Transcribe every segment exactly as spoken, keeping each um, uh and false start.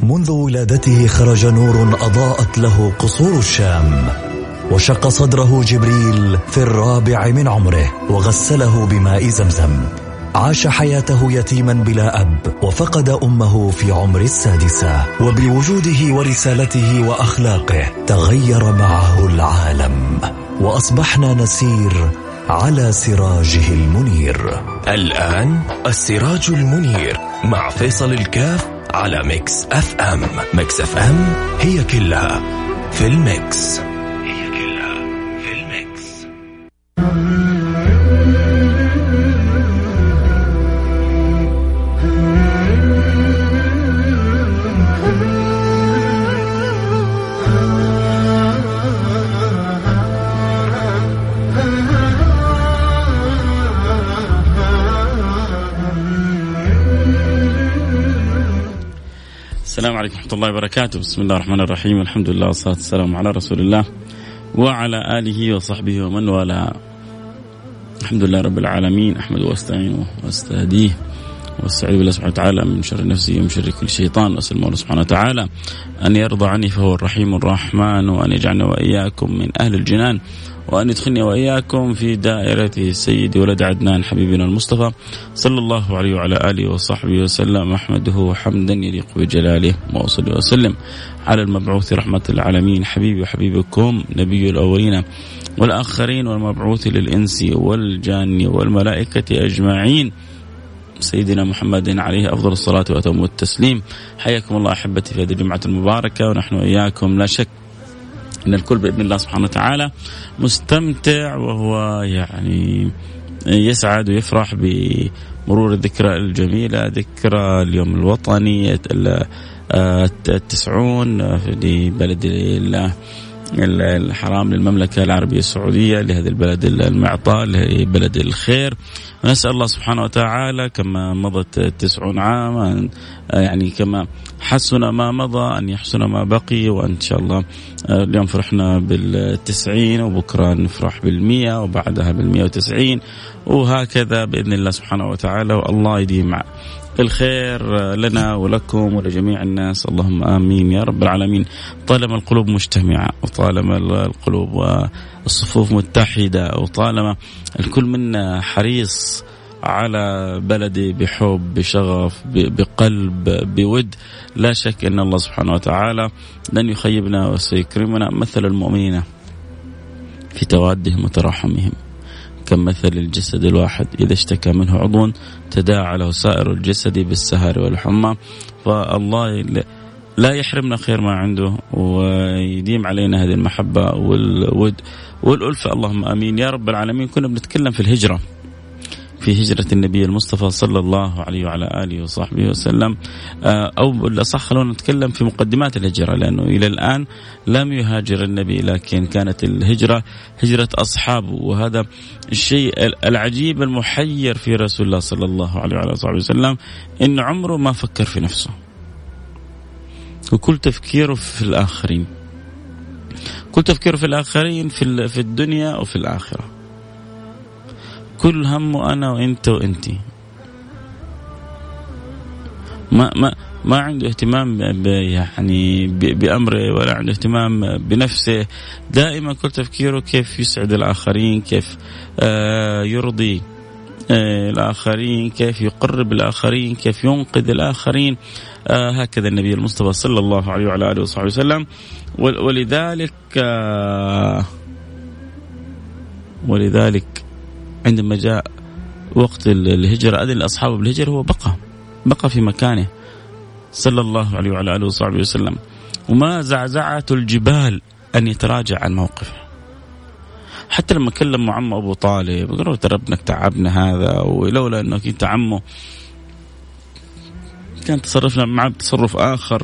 منذ ولادته خرج نور أضاءت له قصور الشام، وشق صدره جبريل في الرابع من عمره وغسله بماء زمزم. عاش حياته يتيما بلا أب، وفقد أمه في عمر السادسة، وبوجوده ورسالته وأخلاقه تغير معه العالم، وأصبحنا نسير على سراجه المنير. الآن السراج المنير مع فيصل الكاف على ميكس اف ام. ميكس اف ام هي كلها في الميكس. هي كلها في الميكس. السلام عليكم ورحمة الله وبركاته. بسم الله الرحمن الرحيم، والحمد لله والصلاة والسلام على رسول الله وعلى آله وصحبه ومن والاه. الحمد لله رب العالمين، أحمد واستعينه واستهديه واستعيذ بالله سبحانه وتعالى من شر نفسي ومن شر كل شيطان، وأسأل الله سبحانه وتعالى أن يرضى عني فهو الرحيم الرحمن، وأن يجعلنا وإياكم من أهل الجنان، وأن يدخلني وإياكم في دائرة سيدي ولد عدنان حبيبنا المصطفى صلى الله عليه وعلى آله وصحبه وسلم. أحمده حمدا يليق بجلاله، وأصلي وسلم على المبعوث رحمة العالمين حبيبي وحبيبكم نبي الأولين والآخرين، والمبعوث للإنس والجان والملائكة أجمعين سيدنا محمد عليه أفضل الصلاة وأتم التسليم. حياكم الله أحبتي في هذه الجمعة المباركة، ونحن وإياكم لا شك إن الكل بإذن الله سبحانه وتعالى مستمتع، وهو يعني يسعد ويفرح بمرور الذكرى الجميلة، ذكرى اليوم الوطني التسعون في بلد الحرام للمملكة العربية السعودية، لهذا البلد المعطاء، لبلد الخير. ونسأل الله سبحانه وتعالى كما مضت تسعون عاما، يعني كما حسن ما مضى أن يحسن ما بقي، وإن شاء الله اليوم فرحنا بالتسعين، وبكرة نفرح بالمئة، وبعدها بالمئة وتسعين، وهكذا بإذن الله سبحانه وتعالى. والله يديم الخير لنا ولكم ولجميع الناس، اللهم آمين يا رب العالمين. طالما القلوب مجتمعة، وطالما القلوب والصفوف متحدة، وطالما الكل منا حريص على بلدي بحب بشغف بقلب بود، لا شك أن الله سبحانه وتعالى لن يخيبنا وسيكرمنا. مثل المؤمنين في توادهم وتراحمهم كمثل الجسد الواحد إذا اشتكى منه عضو تداعى له سائر الجسد بالسهر والحمى. فالله لا يحرمنا خير ما عنده، ويديم علينا هذه المحبة والود والألفة، اللهم آمين يا رب العالمين. كنا بنتكلم في الهجرة، في هجرة النبي المصطفى صلى الله عليه وعلى آله وصحبه وسلم، أو بالأصح خلونا نتكلم في مقدمات الهجرة، لأنه إلى الآن لم يهاجر النبي، لكن كانت الهجرة هجرة أصحابه. وهذا الشيء العجيب المحير في رسول الله صلى الله عليه وعلى آله وسلم، إن عمره ما فكر في نفسه، وكل تفكيره في الآخرين، كل تفكيره في الآخرين في في الدنيا وفي الآخرة. كل همه أنا وإنت وإنتي، ما ما ما عنده اهتمام يعني بأمره، ولا عنده اهتمام بنفسه. دائما كل تفكيره كيف يسعد الآخرين، كيف آه يرضي آه الآخرين، كيف يقرب الآخرين، كيف ينقذ الآخرين. آه هكذا النبي المصطفى صلى الله عليه وعلى آله وصحبه وسلم. ولذلك آه ولذلك عندما جاء وقت الهجرة أذن لأصحابه بالهجرة، هو بقى بقى في مكانه صلى الله عليه وعلى آله وصحبه وسلم، وما زعزعته الجبال أن يتراجع عن موقفه. حتى لما كلموا عمه أبو طالب قالوا ترى ابنك تعبنا هذا، ولولا أنك أنت عمه كان تصرفنا معه بتصرف آخر.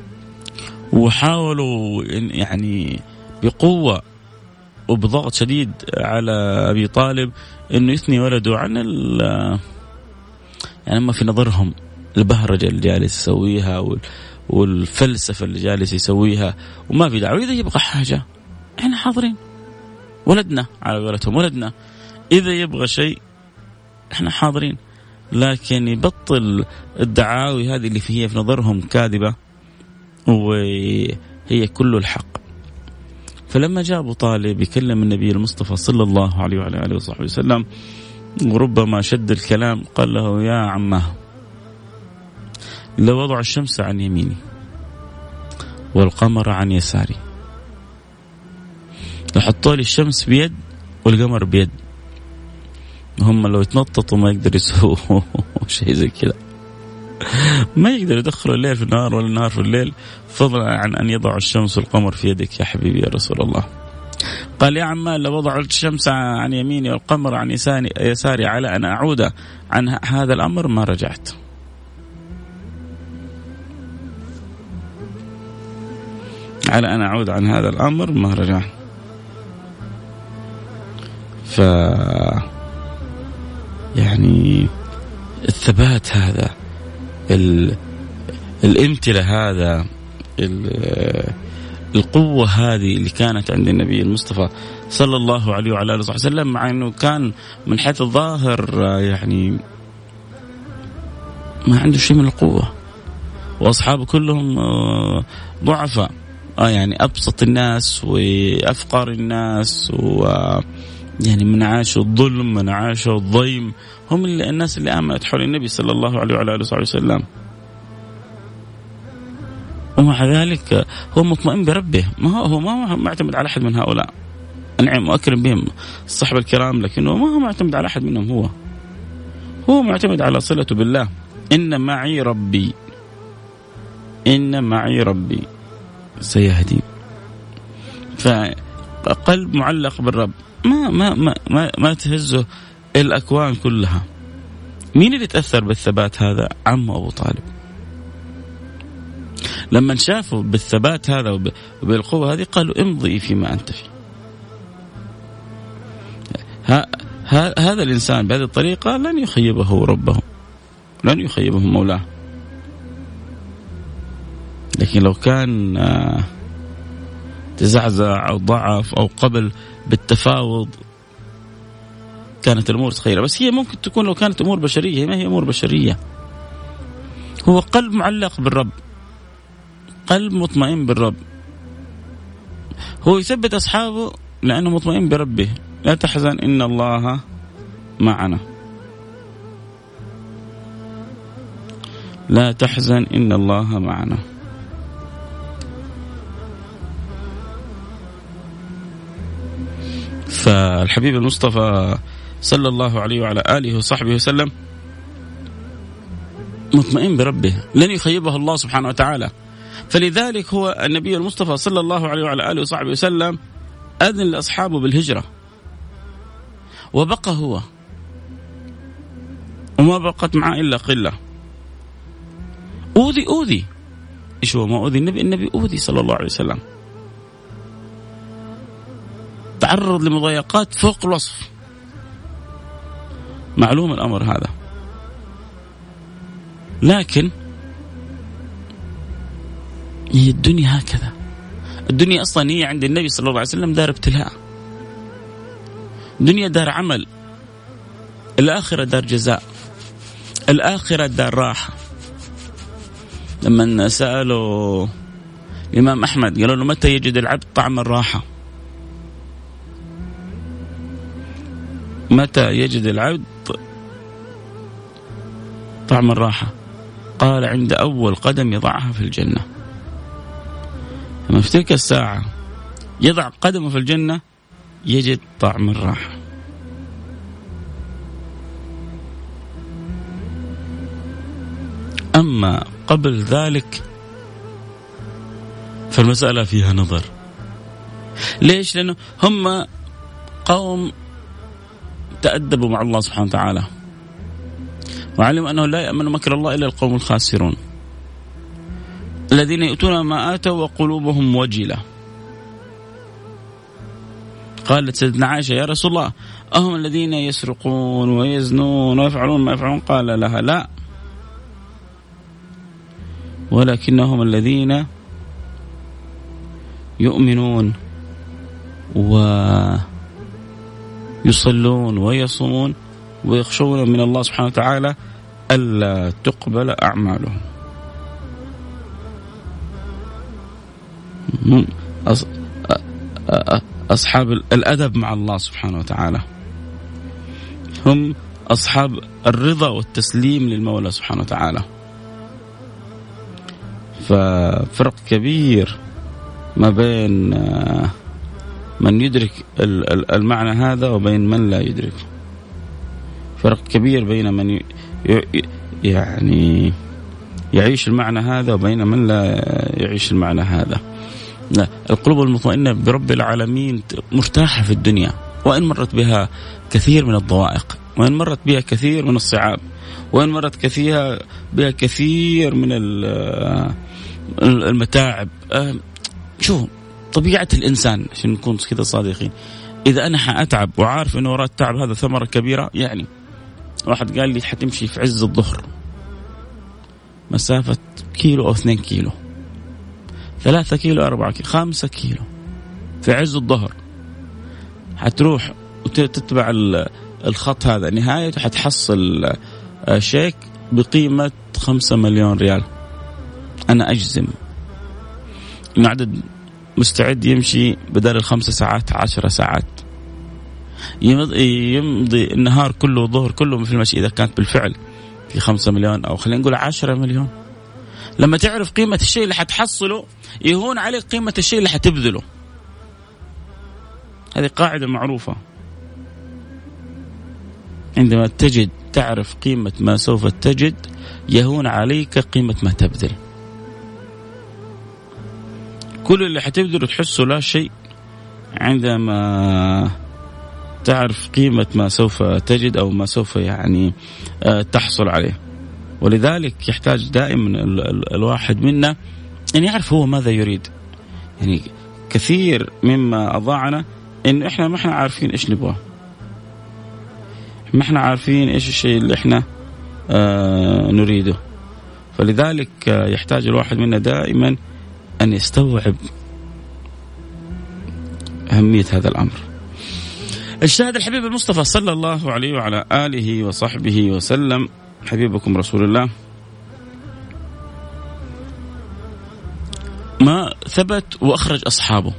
وحاولوا يعني بقوة وبضغط شديد على أبي طالب إنه يثني ولده عن ال يعني ما في نظرهم البهرجة اللي جالس يسويها والفلسفة اللي جالس يسويها، وما في دعوة. إذا يبغى حاجة إحنا حاضرين، ولدنا على قولتهم ولدنا، إذا يبغى شيء إحنا حاضرين. لكن يبطل الدعاوي هذه اللي فيها في نظرهم كاذبة، وهي كل الحق. فلما جاء أبو طالب يكلم النبي المصطفى صلى الله عليه وعلى آله وصحبه وسلم، وربما شد الكلام، قال له: يا عماه، لو وضع الشمس عن يميني والقمر عن يساري، لو حطوا لي الشمس بيد والقمر بيد، هم لو يتنططوا ما يقدر يسووا شيء زي كذا، ما يقدر يدخلوا الليل في النهار ولا النهار في الليل، فضلا عن أن يضع الشمس والقمر في يدك يا حبيبي يا رسول الله. قال: يا عما، لو وضعوا الشمس عن يميني والقمر عن يساري على أن أعود عن هذا الأمر ما رجعت. على أن أعود عن هذا الأمر ما رجعت. ف يعني الثبات هذا، الامتلة هذا، القوة هذه اللي كانت عند النبي المصطفى صلى الله عليه وعلى آله وسلم، مع أنه كان من حيث الظاهر يعني ما عنده شيء من القوة، وأصحابه كلهم ضعفاء، يعني أبسط الناس وأفقر الناس، و يعني من عاشوا الظلم، من عاشوا الضيم، هم اللي الناس اللي آمنت حول النبي صلى الله عليه وعلى آله وسلم. ومع ذلك هو مطمئن بربه، ما هو هو ما معتمد على أحد من هؤلاء، أنعم وأكرم بهم الصحابة الكرام، لكنه ما هو معتمد على أحد منهم، هو هو معتمد على صلته بالله. إن معي ربي، إن معي ربي سيهدي. فقلب معلق بالرب، ما ما ما ما, ما تهزه الأكوان كلها. مين اللي تأثر بالثبات هذا؟ عمه أبو طالب. لما شافوا بالثبات هذا وبالقوة هذه قالوا: امضي فيما أنت فيه. ها ها هذا الإنسان بهذه الطريقة لن يخيبه ربه، لن يخيبه مولاه. لكن لو كان تزعزع أو ضعف أو قبل بالتفاوض كانت الأمور تخيرة. بس هي ممكن تكون لو كانت أمور بشرية، ما هي أمور بشرية، هو قلب معلق بالرب، قلب مطمئن بالرب. هو يثبت أصحابه لأنه مطمئن بربه. لا تحزن إن الله معنا، لا تحزن إن الله معنا. فالحبيب المصطفى صلى الله عليه وعلى آله وصحبه وسلم مطمئن بربه، لن يخيبه الله سبحانه وتعالى. فلذلك هو النبي المصطفى صلى الله عليه وعلى آله وصحبه وسلم أذن لأصحابه بالهجرة، وبقى هو، وما بقت معه إلا قلة. أوذي أوذي إيش هو ما أوذي النبي؟ النبي أوذي صلى الله عليه وسلم، تعرض لمضايقات فوق الوصف، معلوم الأمر هذا. لكن هي الدنيا هكذا، الدنيا أصلا هي عند النبي صلى الله عليه وسلم دار ابتلاء، الدنيا دار عمل، الآخرة دار جزاء، الآخرة دار راحة. لما سألوا الإمام أحمد قالوا له: متى يجد العبد طعم الراحة؟ متى يجد العبد طعم الراحة؟ قال: عند أول قدم يضعها في الجنة. لما في تلك الساعة يضع قدمه في الجنة يجد طعم الراحة. أما قبل ذلك فالمسألة فيها نظر. ليش؟ لأنه هم قوم تأدبوا مع الله سبحانه وتعالى، وعلموا أنه لا يأمن مكر الله إلا القوم الخاسرون الذين يؤتون ما آتوا وقلوبهم وجلة. قالت سيدنا عائشة: يا رسول الله، أهم الذين يسرقون ويزنون ويفعلون ما يفعلون؟ قال لها: لا، ولكنهم الذين يؤمنون ويصلون ويصومون ويخشون من الله سبحانه وتعالى ألا تقبل أعمالهم. هم أصحاب الأدب مع الله سبحانه وتعالى، هم أصحاب الرضا والتسليم للمولى سبحانه وتعالى. ففرق كبير ما بين من يدرك المعنى هذا وبين من لا يدرك. فرق كبير بين من يعني يعيش المعنى هذا وبين من لا يعيش المعنى هذا. لا، القلوب المطمئنة برب العالمين مرتاحة في الدنيا، وإن مرت بها كثير من الضوائق، وإن مرت بها كثير من الصعاب، وإن مرت كثير بها كثير من المتاعب. شوف طبيعة الإنسان عشان نكون كذا صادقين، إذا أنا حأتعب وعارف إنه وراء التعب هذا ثمرة كبيرة، يعني واحد قال لي حتمشي في عز الظهر مسافة كيلو أو اثنين كيلو، ثلاثة كيلو، أربعة كيلو، خمسة كيلو في عز الظهر، حتروح وتتبع الخط هذا نهايته حتحصل شيك بقيمة خمسة مليون ريال. أنا أجزم إن عدد مستعد يمشي بدل الخمسة ساعات عشرة ساعات، يمضي النهار كله الظهر كله في المشي، إذا كانت بالفعل في خمسة مليون أو خلينا نقول عشرة مليون. لما تعرف قيمة الشيء اللي حتحصله يهون عليك قيمة الشيء اللي حتبذله. هذه قاعدة معروفة، عندما تجد تعرف قيمة ما سوف تجد يهون عليك قيمة ما تبذل. كل اللي حتبذله تحسه لا شيء عندما تعرف قيمة ما سوف تجد أو ما سوف يعني تحصل عليه. ولذلك يحتاج دائما الواحد منا أن يعرف هو ماذا يريد. يعني كثير مما أضاعنا إن إحنا ما إحنا عارفين إيش نبغى، ما إحنا عارفين إيش الشيء اللي إحنا آه نريده. فلذلك يحتاج الواحد منا دائما أن يستوعب أهمية هذا الأمر. الشاهد الحبيب المصطفى صلى الله عليه وعلى آله وصحبه وسلم، حبيبكم رسول الله، ما ثبت وأخرج أصحابه،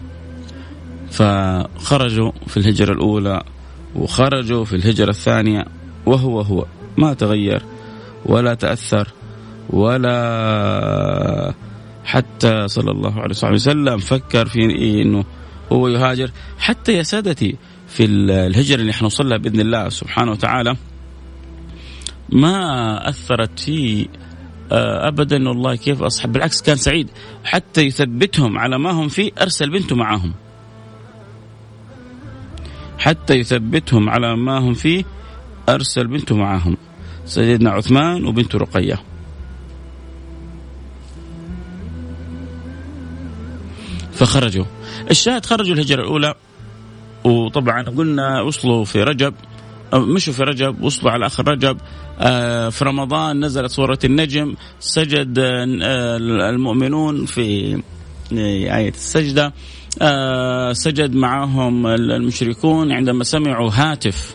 فخرجوا في الهجرة الأولى وخرجوا في الهجرة الثانية وهو هو ما تغير ولا تأثر ولا حتى صلى الله عليه وسلم فكر في إنه هو يهاجر. حتى يا سادتي في الهجرة اللي حنوصل لها بإذن الله سبحانه وتعالى ما أثرت فيه أبدا والله. كيف أصحاب، بالعكس كان سعيد حتى يثبتهم على ما هم فيه، أرسل بنته معهم حتى يثبتهم على ما هم فيه، أرسل بنته معهم، سيدنا عثمان وبنته رقية. فخرجوا. الشاهد خرجوا الهجرة الأولى، وطبعا قلنا وصلوا في رجب، مشوا في رجب، وصلوا على آخر رجب. في رمضان نزلت سورة النجم، سجد المؤمنون في آية السجدة، سجد معهم المشركون عندما سمعوا هاتف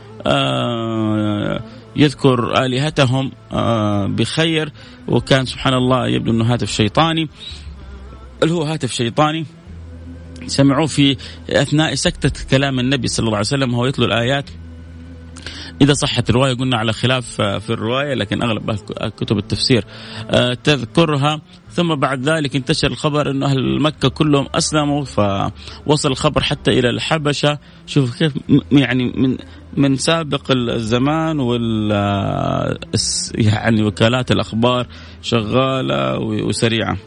يذكر آلهتهم بخير، وكان سبحان الله يبدو أنه هاتف شيطاني، اللي هو هاتف شيطاني سمعوه في أثناء سكتة كلام النبي صلى الله عليه وسلم وهو يتلو الآيات. إذا صحت الرواية، قلنا على خلاف في الرواية، لكن أغلب كتب التفسير تذكرها. ثم بعد ذلك انتشر الخبر أن أهل مكة كلهم أسلموا، فوصل الخبر حتى إلى الحبشة. شوف كيف يعني من من سابق الزمان وال يعني وكالات الأخبار شغالة وسريعة.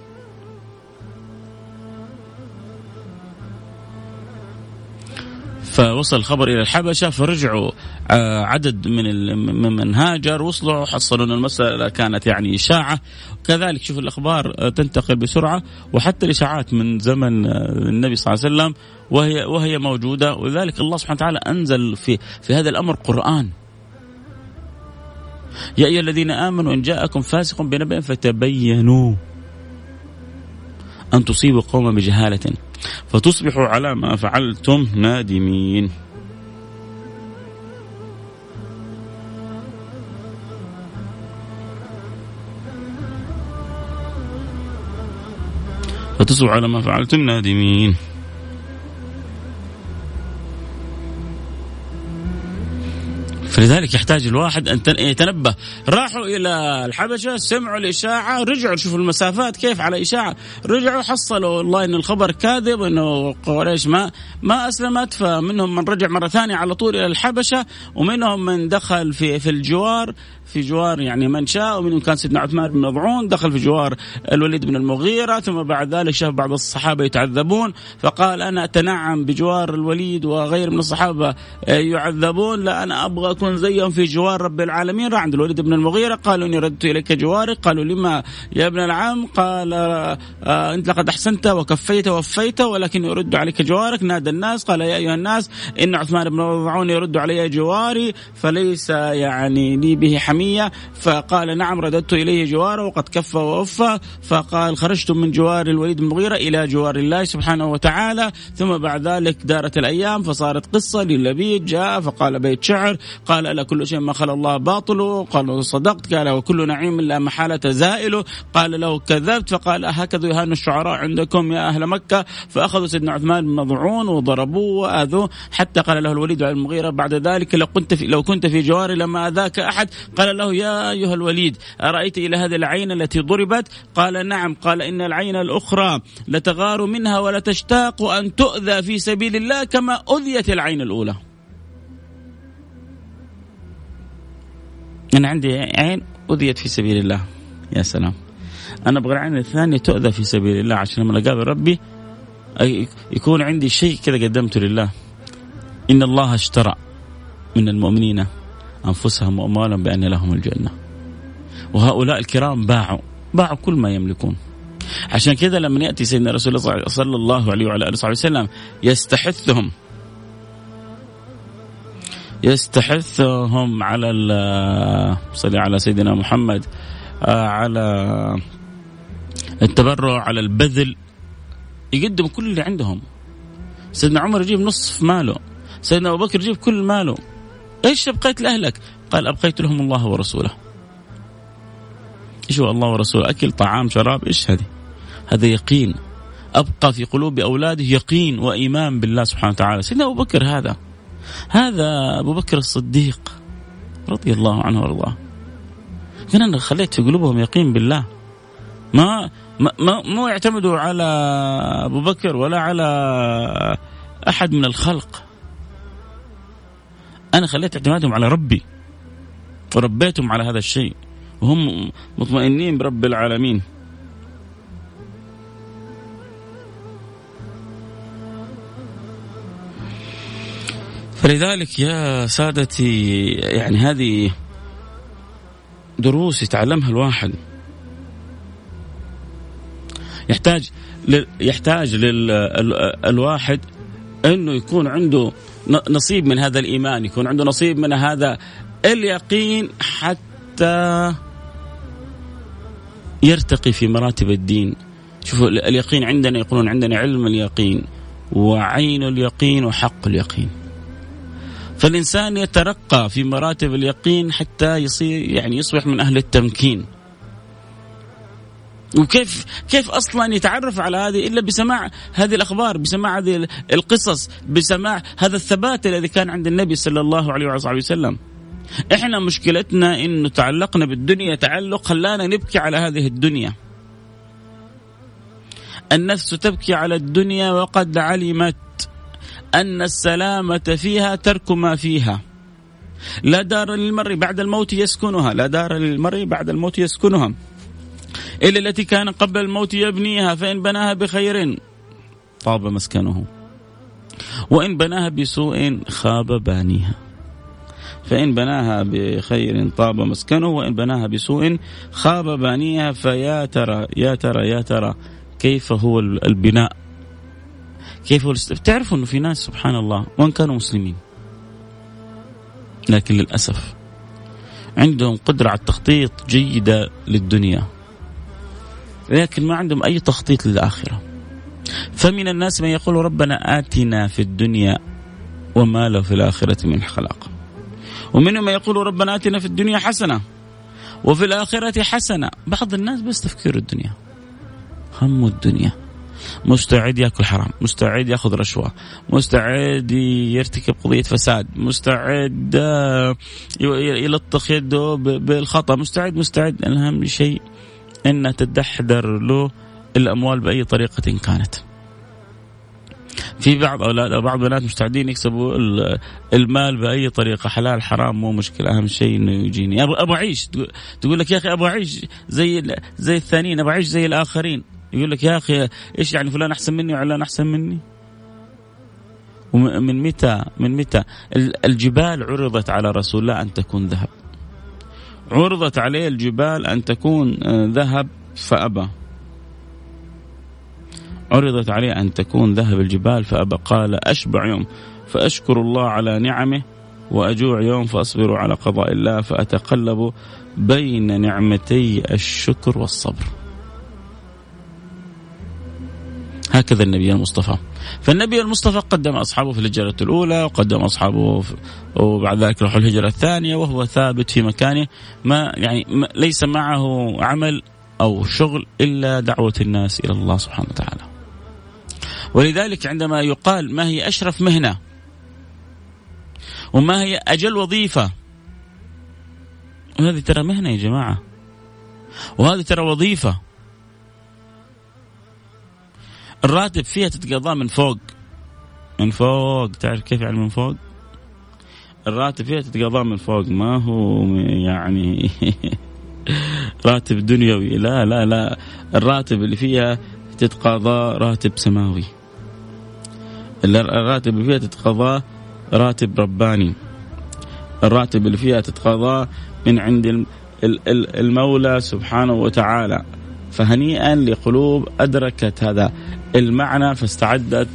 فوصل الخبر إلى الحبشة، فرجعوا عدد من من هاجر، وصلوا حصلوا أن المسألة كانت يعني إشاعة. كذلك شوف الأخبار تنتقل بسرعة، وحتى الإشاعات من زمن النبي صلى الله عليه وسلم وهي وهي موجودة. ولذلك الله سبحانه وتعالى أنزل في في هذا الأمر قرآن: يا أيها الذين آمنوا إن جاءكم فاسق بنبأ فتبينوا أن تصيبوا قوما بجهالة فتصبحوا على ما فعلتم نادمين. فتصبحوا على ما فعلتم نادمين. فلذلك يحتاج الواحد أن يتنبه. راحوا إلى الحبشة، سمعوا الإشاعة، رجعوا شوفوا المسافات كيف على إشاعة، رجعوا حصلوا والله إن الخبر كاذب، إنه قريش ما ما أسلمت. فمنهم من رجع مرة ثانية على طول إلى الحبشة، ومنهم من دخل في في الجوار في جوار يعني من شاء، ومنهم كان سيدنا عثمان بن مظعون دخل في جوار الوليد بن المغيرة. ثم بعد ذلك شاف بعض الصحابة يتعذبون فقال أنا أتنعم بجوار الوليد وغير من الصحابة يعذبون، لا أنا أبغى أكون زيهم في جوار رب العالمين. راح عند الوليد بن المغيرة، قالوا إني ردت إليك جوارك. قالوا لما يا ابن العم؟ قال آه أنت لقد أحسنت وكفيت ووفيت ولكن يرد عليك جوارك. نادى الناس قال يا أيها الناس إن عثمان بن مظعون يرد علي جواري فليس يعني لي به حمية. فقال نعم رددت إليه جواره وقد كفى ووفى. فقال خرجت من جوار الوليد بن المغيرة إلى جوار الله سبحانه وتعالى. ثم بعد ذلك دارت الأيام فصارت قصة للبيد جاء فقال بيت شعر، قال ألا كل شيء ما خلى الله باطله؟ قال صدقت. قال وكل نعيم لا محالة زائله. قال له كذبت. فقال هكذا يهان الشعراء عندكم يا أهل مكة. فأخذوا سيدنا عثمان بن مظعون وضربوه وآذوه حتى قال له الوليد بن المغيرة بعد ذلك لو كنت في لو كنت في جواري لما أذاك أحد. قال له يا أيها الوليد أرأيت إلى هذه العين التي ضربت؟ قال نعم. قال إن العين الأخرى لتغار منها ولا تشتاق أن تؤذى في سبيل الله كما أذيت العين الأولى. أنا عندي عين أذيت في سبيل الله، يا سلام، أنا أبغى العين الثانية تؤذى في سبيل الله عشان لما أقابل ربي يكون عندي شيء كذا قدمته لله. إن الله اشترى من المؤمنين أنفسهم وأموالهم بأن لهم الجنة، وهؤلاء الكرام باعوا باعوا كل ما يملكون. عشان كذا لما يأتي سيدنا رسول الله صلى الله عليه وعلى آله وصحبه وسلم يستحثهم يستحثهم على صلى على سيدنا محمد على التبرع، على البذل، يقدم كل اللي عندهم. سيدنا عمر يجيب نصف ماله، سيدنا أبو بكر يجيب كل ماله. إيش أبقيت لأهلك؟ قال أبقيت لهم الله ورسوله. إيش هو الله ورسوله؟ أكل طعام شراب، إيش هذه؟ هذا يقين. أبقى في قلوب أولاده يقين وإيمان بالله سبحانه وتعالى. سيدنا أبو بكر هذا هذا أبو بكر الصديق رضي الله عنه وارضاه، كان أنا خليت في قلوبهم يقين بالله. ما ما ما, ما يعتمدوا على أبو بكر ولا على أحد من الخلق. أنا خليت اعتمادهم على ربي وربيتهم على هذا الشيء وهم مطمئنين برب العالمين. فلذلك يا سادتي يعني هذه دروس يتعلمها الواحد. يحتاج يحتاج للواحد أنه يكون عنده نصيب من هذا الإيمان، يكون عنده نصيب من هذا اليقين حتى يرتقي في مراتب الدين. شوفوا اليقين عندنا يقولون عندنا علم اليقين وعين اليقين وحق اليقين. فالإنسان يترقى في مراتب اليقين حتى يصير يعني يصبح من أهل التمكين. وكيف كيف أصلا يتعرف على هذه إلا بسماع هذه الأخبار، بسماع هذه القصص، بسماع هذا الثبات الذي كان عند النبي صلى الله عليه وسلم. إحنا مشكلتنا إنه تعلقنا بالدنيا تعلق خلانا نبكي على هذه الدنيا. النفس تبكي على الدنيا وقد علمت أن السلامة فيها ترك ما فيها. لا دار للمرء بعد الموت يسكنها، لا دار للمرء بعد الموت يسكنها إلا التي كان قبل الموت يبنيها، فإن بناها بخير طاب مسكنه وإن بناها بسوء خاب بانيها. فإن بناها بخير طاب مسكنه وإن بناها بسوء خاب بانيها. فيا ترى يا ترى يا ترى كيف هو البناء، كيف هو الاست... بتعرفوا أنه في ناس سبحان الله وإن كانوا مسلمين لكن للأسف عندهم قدرة على التخطيط جيدة للدنيا لكن ما عندهم أي تخطيط للآخرة. فمن الناس من يقول ربنا آتنا في الدنيا وما له في الآخرة من خلاق، ومنهم من يقول ربنا آتنا في الدنيا حسنة وفي الآخرة حسنة. بعض الناس بس تفكير الدنيا، هم الدنيا، مستعد يأكل حرام، مستعد يأخذ رشوة، مستعد يرتكب قضية فساد، مستعد يلطخ يده بالخطأ، مستعد مستعد أهم شيء أن تدحدر له الأموال بأي طريقة كانت. في بعض أولاد أو بعض البنات مستعدين يكسبوا المال بأي طريقة، حلال حرام مو مشكلة، أهم شيء إنه يجيني أبغى أعيش. تقول لك يا أخي أبغى أعيش زي زي الثانيين، أبغى أعيش زي الآخرين. يقول لك يا أخي إيش يعني فلان أحسن مني وعلان أحسن مني؟ ومن متى من متى الجبال عرضت على رسول الله أن تكون ذهب؟ عرضت عليه الجبال أن تكون ذهب فأبى. عرضت عليه أن تكون ذهب الجبال فأبى. قال أشبع يوم فأشكر الله على نعمه، وأجوع يوم فأصبر على قضاء الله، فأتقلب بين نعمتي الشكر والصبر. هكذا النبي المصطفى. فالنبي المصطفى قدم أصحابه في الهجرة الأولى، وقدم أصحابه وبعد ذلك راحوا الهجرة الثانية، وهو ثابت في مكانه، ما يعني ما ليس معه عمل أو شغل إلا دعوة الناس إلى الله سبحانه وتعالى. ولذلك عندما يقال ما هي أشرف مهنة وما هي أجل وظيفة، وهذه ترى مهنة يا جماعة، وهذه ترى وظيفة الراتب فيها تتقضى من فوق من فوق تعرف كيف يعني من فوق؟ الراتب فيها تتقضى من فوق، ما هو يعني راتب دنيوي، لا لا لا، الراتب اللي فيها تتقاضى راتب سماوي، الراتب اللي فيها تتقاضى راتب رباني، الراتب اللي فيها تتقاضى من عند المولى سبحانه وتعالى. فهنيئا لقلوب أدركت هذا المعنى فاستعدت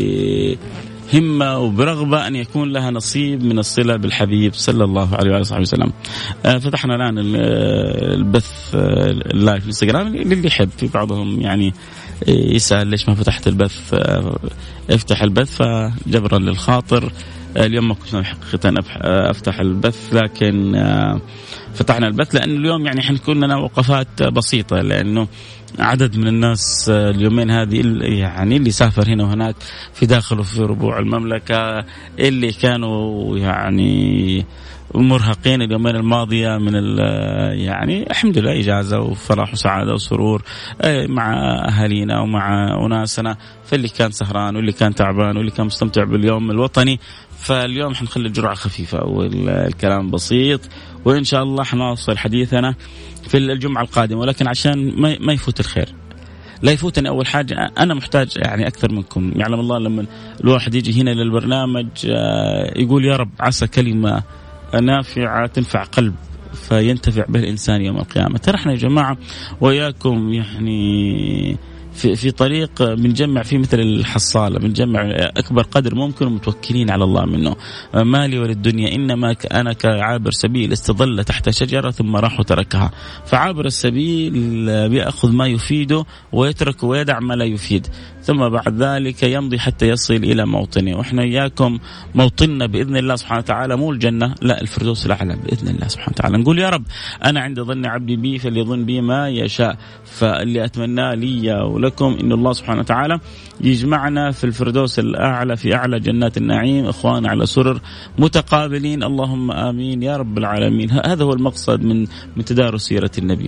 بهمة وبرغبة أن يكون لها نصيب من الصلة بالحبيب صلى الله عليه وآله وسلم. فتحنا الآن البث اللايف في الانستغرام للي يحب. في بعضهم يعني يسأل ليش ما فتحت البث، افتح البث فجبرا للخاطر. اليوم ما كنت حقيقة أفتح البث، لكن فتحنا البث لأن اليوم يعني حنكون لنا وقفات بسيطة، لأنه عدد من الناس اليومين هذه يعني اللي سافر هنا وهناك في داخل وفي ربوع المملكة، اللي كانوا يعني مرهقين اليومين الماضية من يعني الحمد لله إجازة وفرح وسعادة وسرور مع أهالينا ومع أناسنا، فاللي كان سهران واللي كان تعبان واللي كان مستمتع باليوم الوطني. فاليوم حنخلي الجرعة خفيفة والكلام بسيط، وإن شاء الله حنواصل حديثنا في الجمعة القادمة. ولكن عشان ما يفوت الخير، لا يفوتني أول حاجة أنا محتاج يعني أكثر منكم. يعلم الله لما الواحد يجي هنا للبرنامج يقول يا رب عسى كلمة نافعة تنفع قلب فينتفع به الإنسان يوم القيامة. ترى احنا يا جماعة وياكم يعني في في طريق بنجمع فيه مثل الحصالة، بنجمع أكبر قدر ممكن ومتوكلين على الله منه. مالي وللدنيا إنما أنا كعابر سبيل استظل تحت شجرة ثم راح وتركها. فعابر السبيل بيأخذ ما يفيده ويترك ويدع ما لا يفيد، ثم بعد ذلك يمضي حتى يصل إلى موطنه. وإحنا إياكم موطننا بإذن الله سبحانه وتعالى مو الجنة، لا الفردوس الأعلى بإذن الله سبحانه وتعالى. نقول يا رب أنا عند ظن عبدي بي فليظن بي ما يشاء. فاللي أتمناه لي ولكم إن الله سبحانه وتعالى يجمعنا في الفردوس الأعلى في أعلى جنات النعيم، إخوان على سرر متقابلين، اللهم آمين يا رب العالمين. هذا هو المقصد من من تدارس سيرة النبي،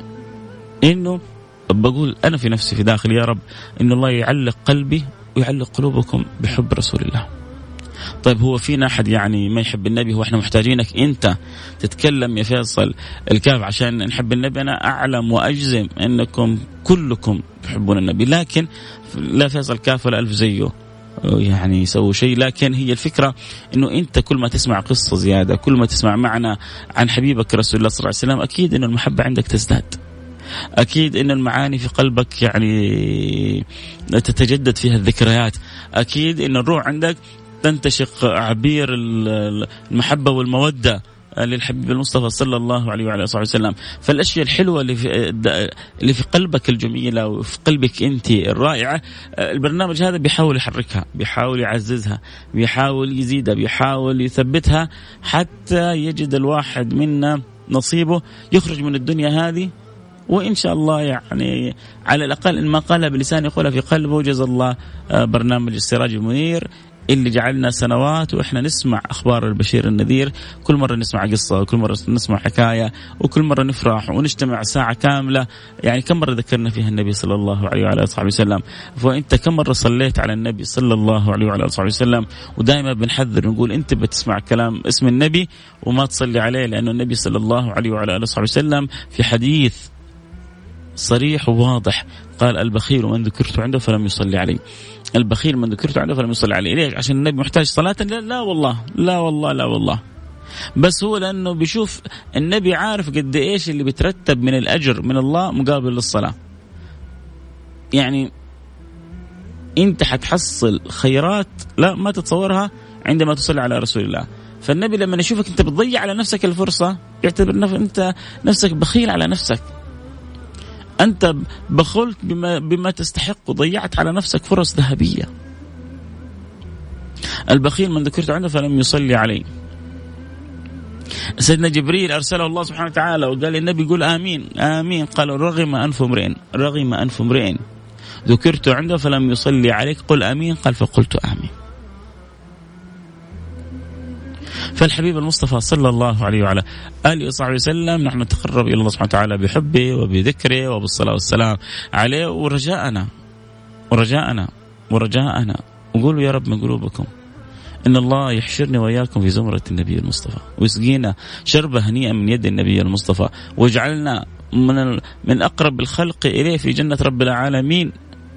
إنه بقول أنا في نفسي في داخلي يا رب إن الله يعلق قلبي ويعلق قلوبكم بحب رسول الله. طيب هو فينا أحد يعني ما يحب النبي؟ هو إحنا محتاجينك أنت تتكلم يا فيصل الكاف عشان نحب النبي؟ أنا أعلم وأجزم أنكم كلكم تحبون النبي، لكن لا فيصل كاف ولا ألف زيه يعني يسوي شيء. لكن هي الفكرة إنه أنت كل ما تسمع قصة زيادة، كل ما تسمع معنا عن حبيبك رسول الله صلى الله عليه وسلم، أكيد إنه المحبة عندك تزداد، أكيد إن المعاني في قلبك يعني تتجدد فيها الذكريات، أكيد إن الروح عندك تنتشق عبير المحبة والمودة للحبيب المصطفى صلى الله عليه وعلى آله وسلم. فالأشياء الحلوة اللي في اللي في قلبك الجميلة وفي قلبك أنت الرائعة، البرنامج هذا بيحاول يحركها، بيحاول يعززها، بيحاول يزيدها، بيحاول يثبتها، حتى يجد الواحد منا نصيبه يخرج من الدنيا هذه وإن شاء الله يعني على الأقل إن ما قالها بلسان يقولها في قلبه. جزا الله برنامج السراج المنير اللي جعلنا سنوات وإحنا نسمع أخبار البشير النذير، كل مرة نسمع قصة، كل مرة نسمع حكاية، وكل مرة نفرح ونجتمع ساعة كاملة. يعني كم مرة ذكرنا فيها النبي صلى الله عليه وعلى آله وصحبه وسلم، فأنت كم مرة صليت على النبي صلى الله عليه وعلى آله وصحبه وسلم. ودائما بنحذر نقول أنت بتسمع كلام اسم النبي وما تصلي عليه، لأنه النبي صلى الله عليه وعلى آله وصحبه وسلم في حديث صريح وواضح قال: البخيل من ذكرت عنده فلم يصلي عليه. البخيل من ذكرت عنده فلم يصلي عليه. ليش؟ عشان النبي محتاج صلاة؟ لا, لا والله لا والله لا والله بس هو لأنه بيشوف النبي عارف قد إيش اللي بيترتب من الأجر من الله مقابل للصلاة. يعني أنت حتحصل خيرات لا ما تتصورها عندما تصلي على رسول الله. فالنبي لما يشوفك أنت بتضيع على نفسك الفرصة يعتبر أنت نفسك بخيل على نفسك، أنت بخلت بما, بما تستحق وضيعت على نفسك فرص ذهبية. البخيل من ذكرت عنده فلم يصلي عليه. سيدنا جبريل أرسله الله سبحانه وتعالى وقال للنبي قل آمين آمين، قال رغم أنف امرئ رغم أنف امرئ ذكرت عنده فلم يصلي عليك قل آمين، قال فقلت آمين. فالحبيب المصطفى صلى الله عليه وعلى آله وصحبه وسلم نحن نتقرب إلى الله سبحانه وتعالى بحبه وبذكره وبالصلاة والسلام عليه. ورجاءنا ورجاءنا ورجاءنا وقولوا يا رب من قلوبكم إن الله يحشرني وإياكم في زمرة النبي المصطفى ويسقينا شربة هنيئة من يد النبي المصطفى ويجعلنا من من أقرب الخلق إليه في جنة رب العالمين.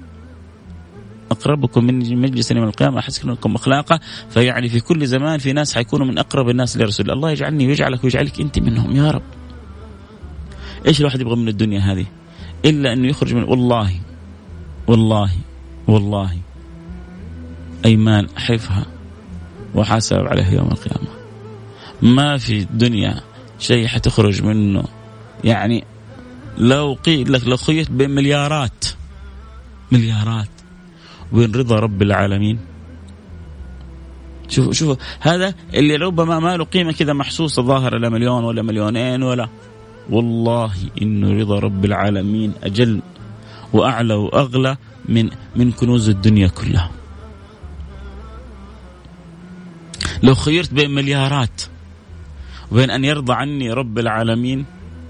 أقربكم من مجلس يوم القيامة أحسنكم أخلاقا. فيعني في كل زمان في ناس حيكونوا من أقرب الناس لرسول الله. يجعلني ويجعلك ويجعلك أنت منهم يا رب. إيش الواحد يبغى من الدنيا هذه إلا أنه يخرج من والله والله والله أيمان حفها وحاسب عليه يوم القيامة. ما في الدنيا شيء حتخرج منه. يعني لو قيل لك لو خيط بين مليارات مليارات وين رضا رب العالمين. شوف شوف هذا اللي ربما ما له قيمة كذا محسوسة ظاهرة لا مليون ولا مليونين ولا، والله إنه رضا رب العالمين أجل وأعلى وأغلى من من كنوز الدنيا كلها. لو خيرت بين مليارات وبين أن يرضى عني رب العالمين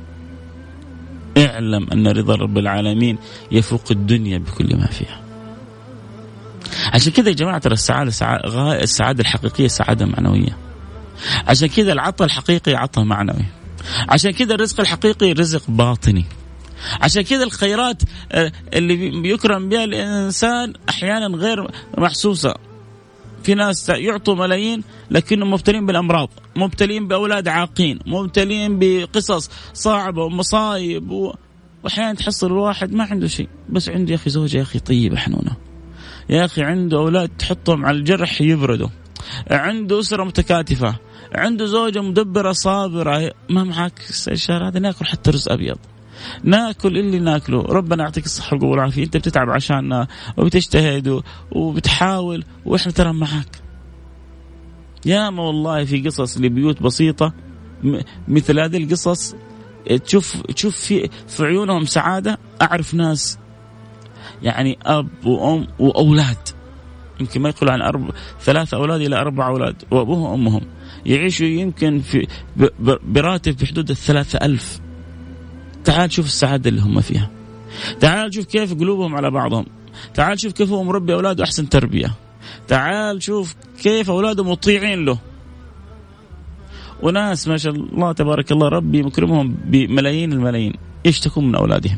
اعلم أن رضا رب العالمين يفوق الدنيا بكل ما فيها. عشان كذا يا جماعة ترى السعادة سعادة السعادة الحقيقية سعادة معنوية. عشان كذا العطاء الحقيقي عطاء معنوي. عشان كذا الرزق الحقيقي رزق باطني. عشان كذا الخيرات اللي بيكرم بها الإنسان أحيانا غير محسوسة. في ناس يعطوا ملايين لكنهم مبتلين بالأمراض، مبتلين بأولاد عاقين، مبتلين بقصص صعبة ومصايب و... وأحيانا تحصل الواحد ما عنده شيء بس عنده يا أخي زوجة يا أخي طيبة حنونة، يا أخي عنده أولاد تحطهم على الجرح يبردوا، عنده أسرة متكاتفة، عنده زوجة مدبرة صابرة. ما معك الشهر هذا ناكل حتى رز أبيض، ناكل اللي ناكله. ربنا يعطيك الصحة والقوة والعافية. أنت بتتعب عشاننا وبتجتهد وبتحاول وإحنا ترى معك. يا ما والله في قصص لبيوت بسيطة مثل هذه القصص تشوف تشوف في في عيونهم سعادة. أعرف ناس يعني أب وأم وأولاد يمكن ما يقولوا عن أربع ثلاثة أولاد إلى أربع أولاد وأبوهم وأمهم يعيشوا يمكن في براتب في حدود الثلاثة ألف. تعال شوف السعادة اللي هم فيها. تعال شوف كيف قلوبهم على بعضهم. تعال شوف كيف هو مربي أولاده أحسن تربية. تعال شوف كيف أولاده مطيعين له. وناس ما شاء الله تبارك الله ربي مكرمهم بملايين الملايين يشتكون من أولادهم.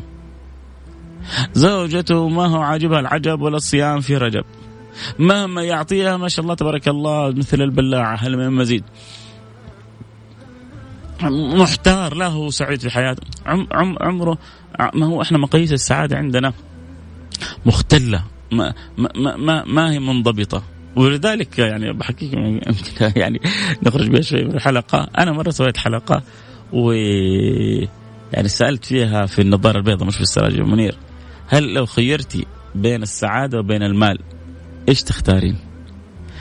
زوجته ما هو عاجبها العجب ولا الصيام في رجب، مهما يعطيها ما شاء الله تبارك الله مثل البلاعة هل من مزيد. محتار له سعيد في حياته. عم عم عمره ما هو. احنا مقاييس السعادة عندنا مختلة ما ما ما, ما هي منضبطة. ولذلك يعني بحكيكم يعني نخرج بها شوي من الحلقة. أنا مرة سويت حلقة و يعني سألت فيها في النظارة البيضاء مش في السراج المنير، هل لو خيرتي بين السعادة وبين المال إيش تختارين؟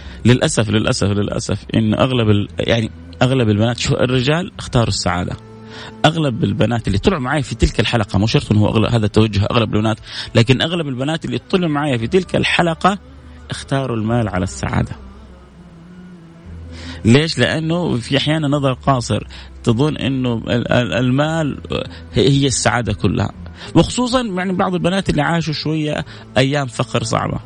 للأسف للأسف للأسف إن أغلب ال... يعني أغلب البنات شو الرجال اختاروا السعادة، أغلب البنات اللي طلعوا معي في تلك الحلقة، مو شرط هو أغلب هذا توجه أغلب البنات، لكن أغلب البنات اللي طلعوا معي في تلك الحلقة اختاروا المال على السعادة. ليش؟ لأنه في أحيانا نظر قاصر تظن أنه المال هي السعادة كلها، وخصوصا يعني بعض البنات اللي عاشوا شوية أيام فقر صعبة،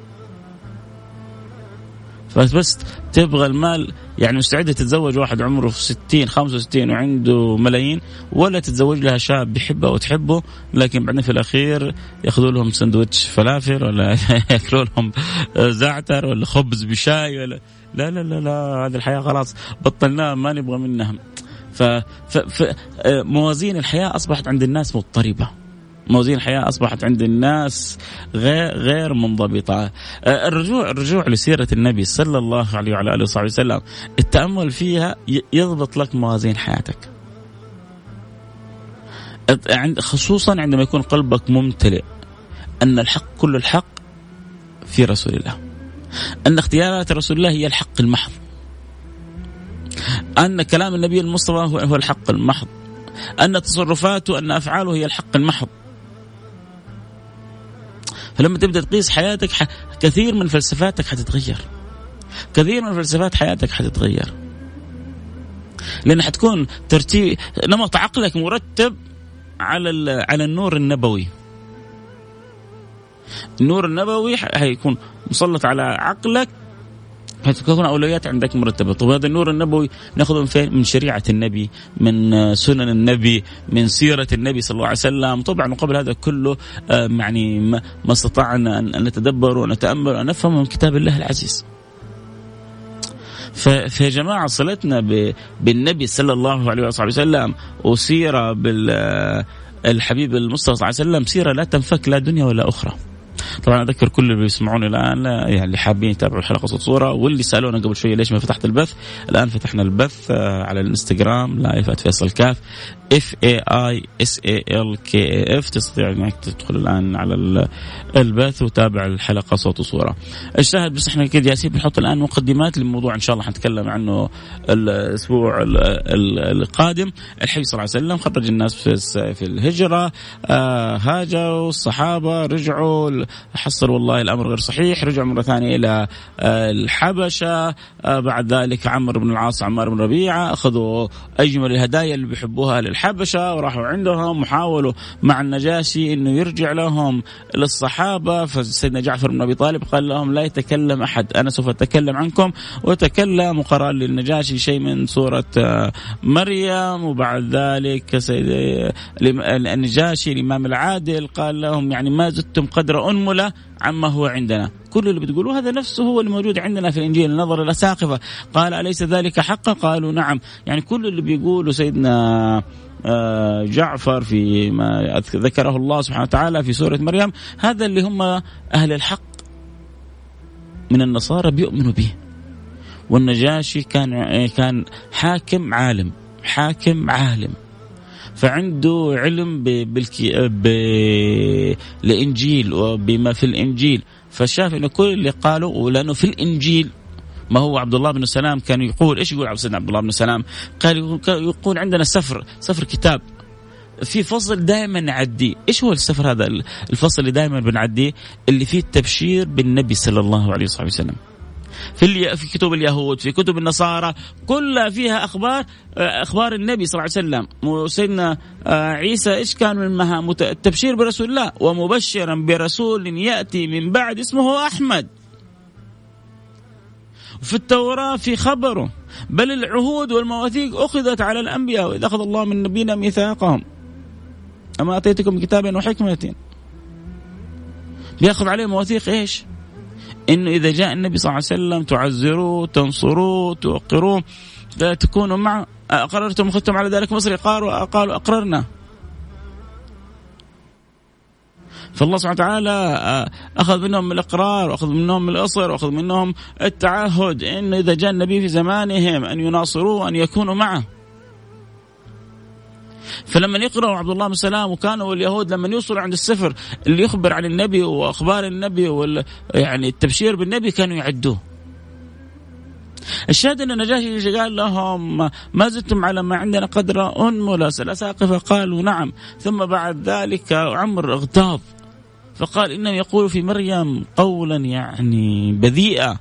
فبس تبغى المال، يعني مستعدة تتزوج واحد عمره في ستين خمسة وستين وعنده ملايين، ولا تتزوج لها شاب بيحبها وتحبه لكن بعدين في الأخير يأخذوا لهم سندويتش فلافل ولا يأكلوا لهم زعتر ولا خبز بشاي ولا لا لا لا لا هذه الحياة خلاص بطلناها ما نبغى منها. فموازين الحياة أصبحت عند الناس مضطربة، موازين الحياة أصبحت عند الناس غير غير منضبطة. الرجوع الرجوع لسيرة النبي صلى الله عليه وعلى آله وصحبه وسلم، التأمل فيها يضبط لك موازين حياتك، خصوصا عندما يكون قلبك ممتلئ أن الحق كل الحق في رسول الله، أن اختيارات رسول الله هي الحق المحض، أن كلام النبي المصطفى هو الحق المحض، أن تصرفاته أن أفعاله هي الحق المحض. فلما تبدأ تقيس حياتك كثير من فلسفاتك حتتغير، كثير من فلسفات حياتك حتتغير، لأن حتكون ترتيب نمط عقلك مرتب على على النور النبوي. النور النبوي هيكون مسلط على عقلك، هتكون أولويات عندك مرتبة. طب هذا النور النبوي نأخذه من فين؟ من شريعة النبي، من سنن النبي، من سيرة النبي صلى الله عليه وسلم. طبعا وقبل هذا كله يعني ما استطعنا أن نتدبر ونتأمل ونفهم من كتاب الله العزيز. فيا جماعة صلتنا بالنبي صلى الله عليه وسلم وسيرة بالحبيب المصطفى صلى الله عليه وسلم سيرة لا تنفك لا دنيا ولا أخرى. طبعا أذكر كل اللي بيسمعوني الآن يعني اللي حابين يتابعوا الحلقة صوت صورة، واللي سألونا قبل شوية ليش ما فتحت البث، الآن فتحنا البث على الانستغرام لايف @فيصل كاف F A I S A L K A F. تستطيع انك تدخل الآن على البث وتابع الحلقة صوت وصورة. الشاهد بس احنا كده ياسين بنحط الآن مقدمات للموضوع إن شاء الله حنتكلم عنه الأسبوع القادم. الحبيب صلى الله عليه وسلم خرج الناس في الهجرة، هاجروا الصحابة، رجعوا حصل والله الأمر غير صحيح، رجعوا مرة ثانية إلى الحبشة. بعد ذلك عمرو بن العاص عمار بن ربيعة أخذوا أجمل الهدايا اللي بيحبوها للحبشة وراحوا عندهم وحاولوا مع النجاشي إنه يرجع لهم للصحابة. فسيدنا جعفر بن أبي طالب قال لهم لا يتكلم أحد، أنا سوف أتكلم عنكم، وتكلم وقرأ للنجاشي شيء من سورة مريم. وبعد ذلك النجاشي الإمام العادل قال لهم يعني ما زدتم قدر أنملة عما هو عندنا، كل اللي بتقولوه هذا نفسه هو الموجود عندنا في الإنجيل. نظر إلى ساقفة قال أليس ذلك حقا؟ قالوا نعم. يعني كل اللي بيقوله سيدنا جعفر في ما ذكره الله سبحانه وتعالى في سورة مريم هذا اللي هم أهل الحق من النصارى بيؤمنوا به. والنجاشي كان كان حاكم عالم، حاكم عالم، فعنده علم بالإنجيل وبما في الإنجيل، فشاف إنه كل اللي قالوا ولأنه في الإنجيل ما هو عبد الله بن السلام كان يقول إيش يقول سيدنا عبد الله بن السلام؟ قال يقول عندنا سفر سفر كتاب في فصل دائما نعديه. إيش هو السفر هذا الفصل اللي دائما بنعديه؟ اللي فيه التبشير بالنبي صلى الله عليه وسلم. في في كتب اليهود في كتب النصارى كلها فيها أخبار أخبار النبي صلى الله عليه وسلم. وسيدنا عيسى إيش كان من مهام؟ التبشير برسول الله ومبشرا برسول يأتي من بعد اسمه أحمد. في التوراة في خبره بل العهود والمواثيق أخذت على الأنبياء وإذا أخذ الله من نبينا ميثاقهم أما أتيتكم كتابا وحكمة، بيأخذ عليه مواثيق إيش؟ إنه إذا جاء النبي صلى الله عليه وسلم تعزروه تنصروه توقروه تكونوا معه. أقررتم وخذتم على ذلك مصر؟ قالوا قالوا أقررنا. فالله سبحانه وتعالى أخذ منهم الإقرار وأخذ منهم الأصر وأخذ منهم التعهد إنه إذا جاء النبي في زمانهم أن يناصروه أن يكونوا معه. فلما يقرأوا عبد الله بن سلام وكانوا اليهود لما يوصلوا عند السفر اللي يخبر عن النبي وأخبار النبي وال يعني التبشير بالنبي كانوا يعدوه. الشاهد أن النجاشي قال لهم ما زدتم على ما عندنا قدر أنملس. الأساقفة قالوا نعم. ثم بعد ذلك عمر اغتاظ فقال إنهم يقولوا في مريم قولا يعني بذيئا،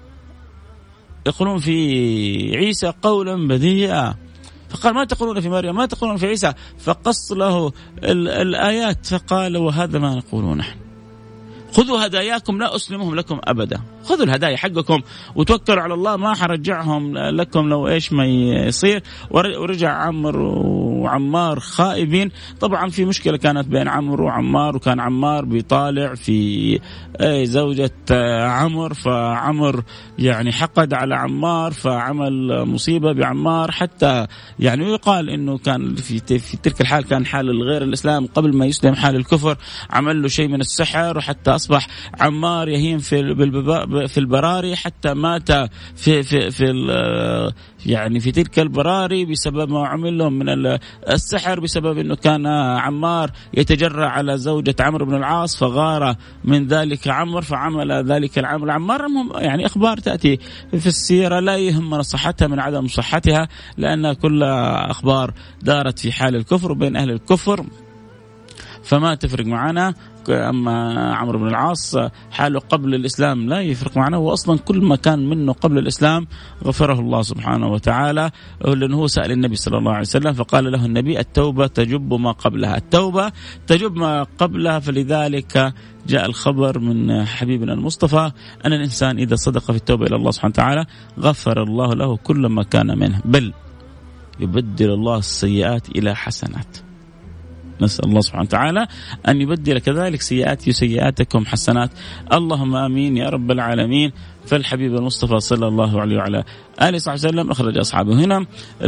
يقولون في عيسى قولا بذيئا. فقال ما تقولون في مريم ما تقولون في عيسى، فقص له الآيات فقال وهذا ما نقول نحن، خذوا هداياكم لا أسلمهم لكم أبدا، خذوا الهدايا حقكم وتوكلوا على الله ما حرجعهم لكم لو إيش ما يصير. ورجع عمر وعمار خائبين. طبعا في مشكلة كانت بين عمر وعمار، وكان عمار بيطالع في زوجة عمر، فعمر يعني حقد على عمار فعمل مصيبة بعمار، حتى يعني يقال إنه كان في في تلك الحال كان حال الغير الإسلام قبل ما يسلم حال الكفر، عمل له شيء من السحر وحتى أصبح عمار يهيم في في البراري حتى مات في في في يعني في تلك البراري بسبب ما عمل لهم من السحر، بسبب انه كان عمار يتجرأ على زوجة عمرو بن العاص فغار من ذلك عمر فعمل ذلك العمل عمار. يعني اخبار تأتي في السيرة لا يهمنا صحتها من عدم صحتها، لأنها كلها اخبار دارت في حال الكفر وبين اهل الكفر فما تفرق معنا. أما عمرو بن العاص حاله قبل الإسلام لا يفرق معنا، وأصلا كل ما كان منه قبل الإسلام غفره الله سبحانه وتعالى، لأنه هو سأل النبي صلى الله عليه وسلم فقال له النبي التوبة تجب ما قبلها، التوبة تجب ما قبلها. فلذلك جاء الخبر من حبيبنا المصطفى أن الإنسان إذا صدق في التوبة إلى الله سبحانه وتعالى غفر الله له كل ما كان منه، بل يبدل الله السيئات إلى حسنات. نسأل الله سبحانه وتعالى أن يبدل كذلك سيئاتي وسيئاتكم حسنات، اللهم آمين يا رب العالمين. فالحبيب المصطفى صلى الله عليه وعلى آله وصحبه وسلم أخرج أصحابه هنا.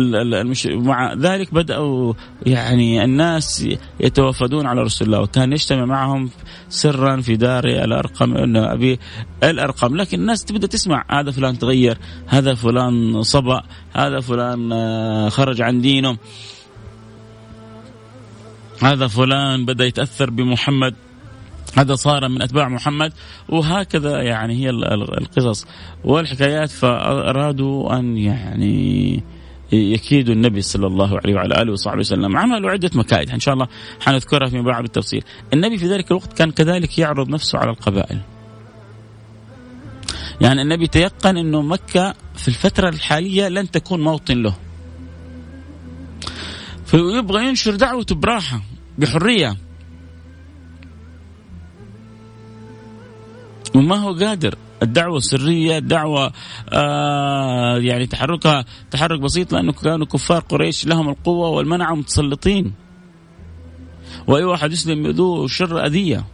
مع ذلك بدأوا يعني الناس يتوافدون على رسول الله، وكان يجتمع معهم سرا في دار الأرقم إن أبي الأرقم، لكن الناس تبدأ تسمع هذا فلان تغير، هذا فلان صبأ، هذا فلان خرج عن دينه، هذا فلان بدأ يتأثر بمحمد، هذا صار من أتباع محمد، وهكذا يعني هي القصص والحكايات. فأرادوا أن يعني يكيدوا النبي صلى الله عليه وعلى آله وصحبه وسلم، عملوا عدة مكائد إن شاء الله حنذكرها فيما بعد بالتفصيل. النبي في ذلك الوقت كان كذلك يعرض نفسه على القبائل، يعني النبي تيقن أنه مكة في الفترة الحالية لن تكون موطن له، فيبغى ينشر دعوته براحة بحرية، وما هو قادر. الدعوة سرية، الدعوة آه يعني تحركها تحرك بسيط، لأنه كانوا كفار قريش لهم القوة والمنع متسلطين، وأي واحد يسلم يذوه شر أذية.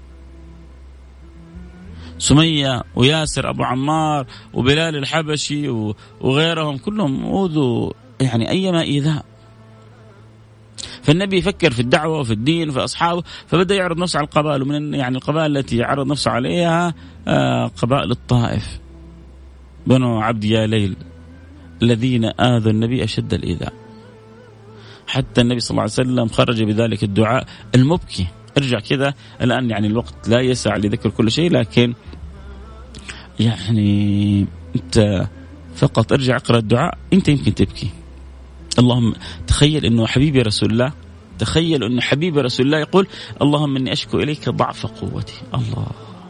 سمية وياسر أبو عمار وبلال الحبشي وغيرهم كلهم أوذوا يعني أيما إيذاء. فالنبي يفكر في الدعوة وفي الدين وفي أصحابه، فبدأ يعرض نفسه على القبائل، ومن يعني القبائل التي عرض نفسه عليها قبائل الطائف، بنو عبد يا ليل الذين آذوا النبي أشد الإيذاء، حتى النبي صلى الله عليه وسلم خرج بذلك الدعاء المبكي. ارجع كذا الآن، يعني الوقت لا يسع لذكر كل شيء، لكن يعني أنت فقط ارجع اقرأ الدعاء، أنت يمكن تبكي. اللهم تخيل أنه حبيبي رسول الله، تخيل أنه حبيبي رسول الله يقول اللهم إني أشكو إليك ضعف قوتي، الله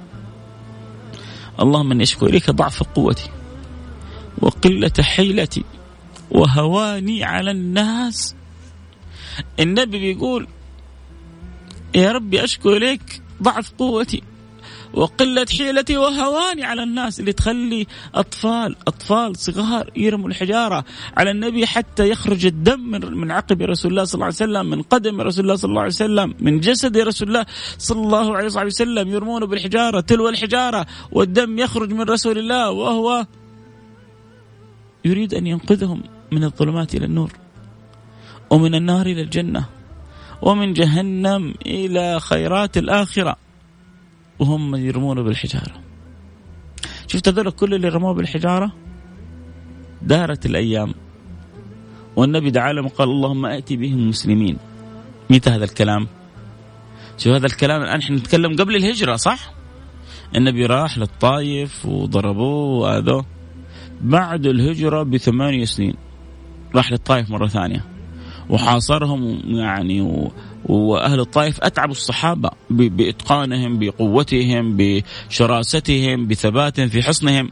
اللهم إني أشكو إليك ضعف قوتي وقلة حيلتي وهواني على الناس. النبي بيقول يا ربي أشكو إليك ضعف قوتي وقلة حيلتي وهواني على الناس، اللي تخلي أطفال أطفال صغار يرموا الحجارة على النبي حتى يخرج الدم من عقب رسول الله صلى الله عليه وسلم، من قدم رسول الله صلى الله عليه وسلم، من جسد رسول الله صلى الله عليه وسلم، يرمونه بالحجارة تلو الحجارة والدم يخرج من رسول الله، وهو يريد أن ينقذهم من الظلمات إلى النور، ومن النار إلى الجنة، ومن جهنم إلى خيرات الآخرة، وهم يرمونه بالحجارة. شفت هذول كل اللي رموه بالحجارة؟ دارت الأيام والنبي دعا لهم وقال اللهم آتي بهم مسلمين. متى هذا الكلام؟ شوف هذا الكلام الآن احنا نتكلم قبل الهجرة، صح؟ النبي راح للطائف وضربوه وآذوه. بعد الهجرة بثمانية سنين راح للطائف مرة ثانية وحاصرهم يعني و... وأهل الطائف أتعبوا الصحابة ب... بإتقانهم بقوتهم بشراستهم بثباتهم في حصنهم.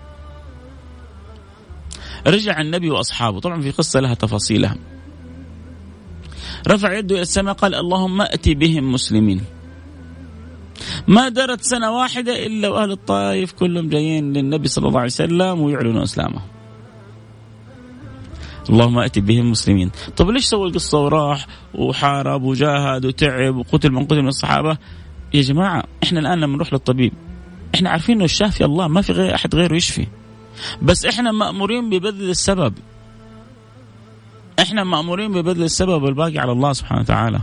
رجع النبي وأصحابه، طبعا في قصة لها تفاصيلها، رفع يده إلى السماء قال اللهم أتي بهم مسلمين. ما درت سنة واحدة إلا وأهل الطائف كلهم جايين للنبي صلى الله عليه وسلم ويعلنوا إسلامه. اللهم أتي بهم مسلمين. طب ليش سوى القصة وراح وحارب وجاهد وتعب وقتل من قتل من الصحابة؟ يا جماعة إحنا الآن لما نروح للطبيب إحنا عارفين إنه الشافي الله، ما في غير أحد غيره يشفي، بس إحنا مأمورين ببذل السبب، إحنا مأمورين ببذل السبب والباقي على الله سبحانه وتعالى.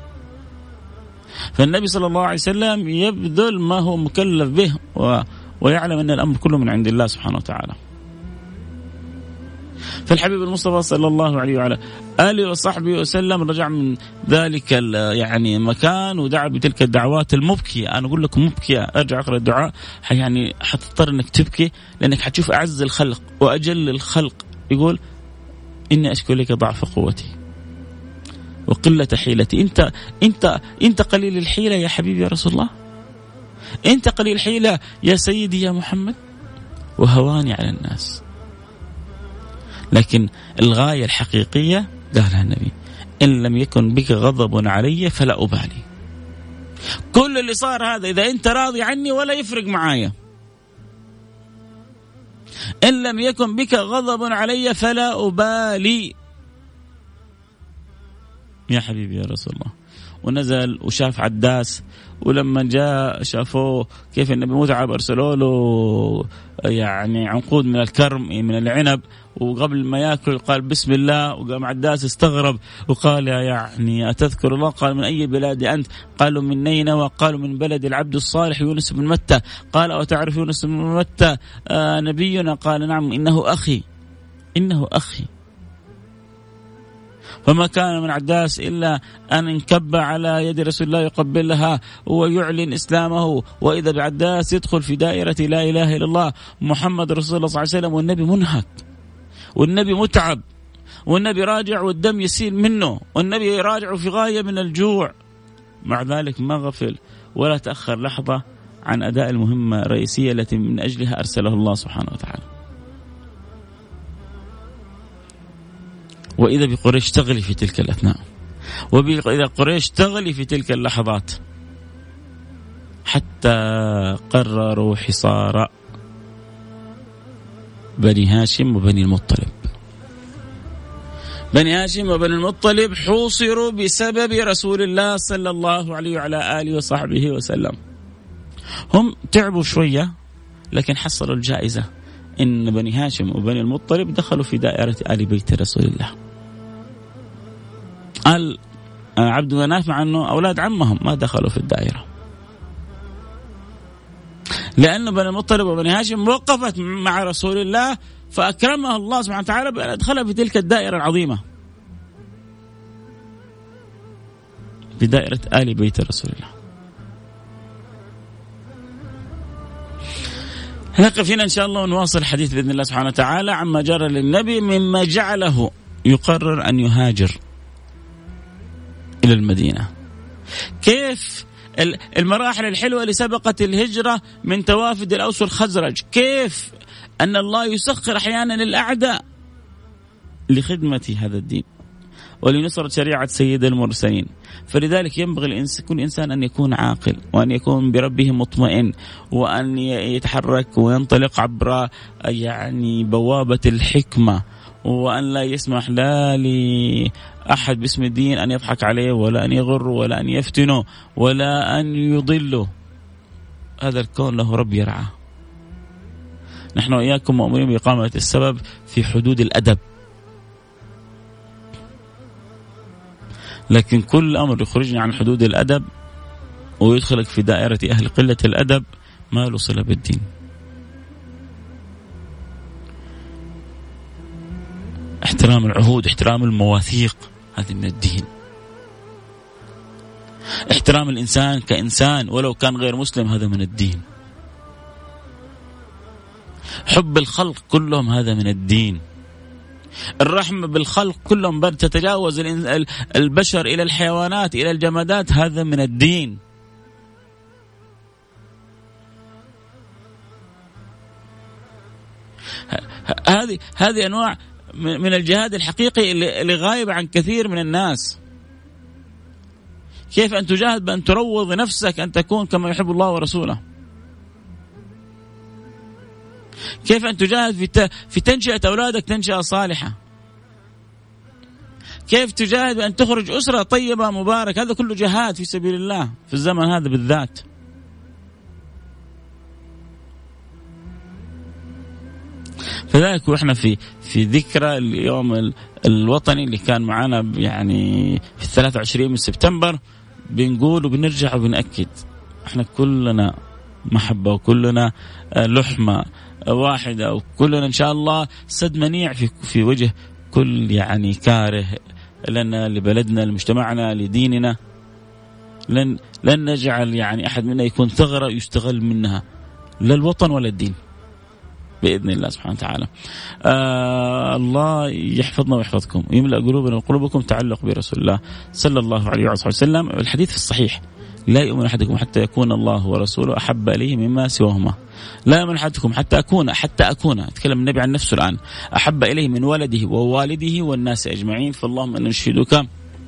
فالنبي صلى الله عليه وسلم يبذل ما هو مكلف به و... ويعلم أن الأمر كله من عند الله سبحانه وتعالى. فالحبيب المصطفى صلى الله عليه وعلى آله وصحبه وسلم رجع من ذلك يعني مكان ودعا بتلك الدعوات المبكية. أنا أقول لكم مبكية، أرجع أقرأ الدعاء يعني حتضطر أنك تبكي، لأنك حتشوف أعز الخلق وأجل الخلق يقول إني أشكو لك ضعف قوتي وقلة حيلتي. أنت أنت أنت قليل الحيلة يا حبيبي يا رسول الله، أنت قليل الحيلة يا سيدي يا محمد، وهواني على الناس. لكن الغاية الحقيقية قالها النبي إن لم يكن بك غضب علي فلا أبالي. كل اللي صار هذا إذا أنت راضي عني ولا يفرق معايا. إن لم يكن بك غضب علي فلا أبالي يا حبيبي يا رسول الله. ونزل وشاف عداس، ولما جاء شافوه كيف النبي متعب أرسلوا له يعني عنقود من الكرم من العنب، وقبل ما يأكل قال بسم الله، وقام عداس استغرب وقال يعني أتذكر الله؟ قال من أي بلاد أنت؟ قالوا من نينوى. قالوا من بلد العبد الصالح يونس بن متى. قال أتعرف يونس بن متى آه نبينا؟ قال نعم إنه أخي إنه أخي. فما كان من عداس إلا أن انكب على يد رسول الله يقبلها ويعلن إسلامه، وإذا بعداس يدخل في دائرة لا إله إلا الله محمد رسول الله صلى الله عليه وسلم، والنبي منهك والنبي متعب والنبي راجع والدم يسيل منه والنبي راجع في غاية من الجوع. مع ذلك ما غفل ولا تأخر لحظة عن أداء المهمة الرئيسية التي من أجلها أرسله الله سبحانه وتعالى. وإذا بقريش تغلي في تلك الأثناء، وإذا قريش تغلي في تلك اللحظات، حتى قرروا حصار بني هاشم وبني المطلب. بني هاشم وبني المطلب حوصروا بسبب رسول الله صلى الله عليه وعلى آله وصحبه وسلم. هم تعبوا شوية لكن حصلوا الجائزة، إن بني هاشم وبني المطلب دخلوا في دائرة آل بيت رسول الله. قال عبد مناف مع أنه أولاد عمهم ما دخلوا في الدائرة، لأن بني المطلب وبني هاشم وقفت مع رسول الله فأكرمها الله سبحانه وتعالى بأن أدخلها في تلك الدائرة العظيمة، في دائرة آل بيت رسول الله. نقف هنا إن شاء الله ونواصل الحديث بإذن الله سبحانه وتعالى عما جرى للنبي مما جعله يقرر أن يهاجر إلى المدينة. كيف المراحل الحلوة اللي سبقت الهجرة من توافد الأوس والخزرج، كيف أن الله يسخر أحيانا الأعداء لخدمة هذا الدين ولنصرة شريعة سيد المرسلين. فلذلك ينبغي كل إنسان أن يكون عاقل وأن يكون بربه مطمئن وأن يتحرك وينطلق عبر يعني بوابة الحكمة، وأن لا يسمح لا لأحد باسم الدين أن يضحك عليه ولا أن يغر ولا أن يفتنه ولا أن يضله. هذا الكون له رب يرعاه. نحن وإياكم مؤمنين بإقامة السبب في حدود الأدب، لكن كل أمر يخرجني عن حدود الأدب ويدخلك في دائرة أهل قلة الأدب ما له صلة بالدين. احترام العهود، احترام المواثيق، هذا من الدين. احترام الإنسان كإنسان ولو كان غير مسلم، هذا من الدين. حب الخلق كلهم هذا من الدين. الرحمة بالخلق كلهم بل تتجاوز البشر إلى الحيوانات إلى الجمادات، هذا من الدين. هذه هذه أنواع من الجهاد الحقيقي اللي غايب عن كثير من الناس. كيف أن تجاهد بأن تروض نفسك أن تكون كما يحب الله ورسوله. كيف أن تجاهد في في تنشئة أولادك تنشئة صالحة. كيف تجاهد بأن تخرج أسرة طيبة مبارك. هذا كله جهاد في سبيل الله في الزمن هذا بالذات. فذلك وإحنا في في ذكرى اليوم الوطني اللي كان معنا يعني في الثلاثة وعشرين من سبتمبر، بنقول وبنرجع وبنأكد إحنا كلنا محبة وكلنا لحمة واحدة وكلنا إن شاء الله سد منيع في في وجه كل يعني كاره لنا لبلدنا لمجتمعنا لديننا. لن لن نجعل يعني أحد منا يكون ثغرة يستغل منها لا الوطن ولا الدين بإذن الله سبحانه وتعالى. آه الله يحفظنا ويحفظكم ويملأ قلوبنا وقلوبكم تعلق برسول الله صلى الله عليه وسلم. الحديث في الصحيح: لا يؤمن أحدكم حتى يكون الله ورسوله أحب إليه مما سواهما. لا يؤمن أحدكم حتى أكون حتى أكون أتكلم النبي عن نفسه الآن أحب إليه من ولده ووالده والناس أجمعين. فاللهم أن نشهدك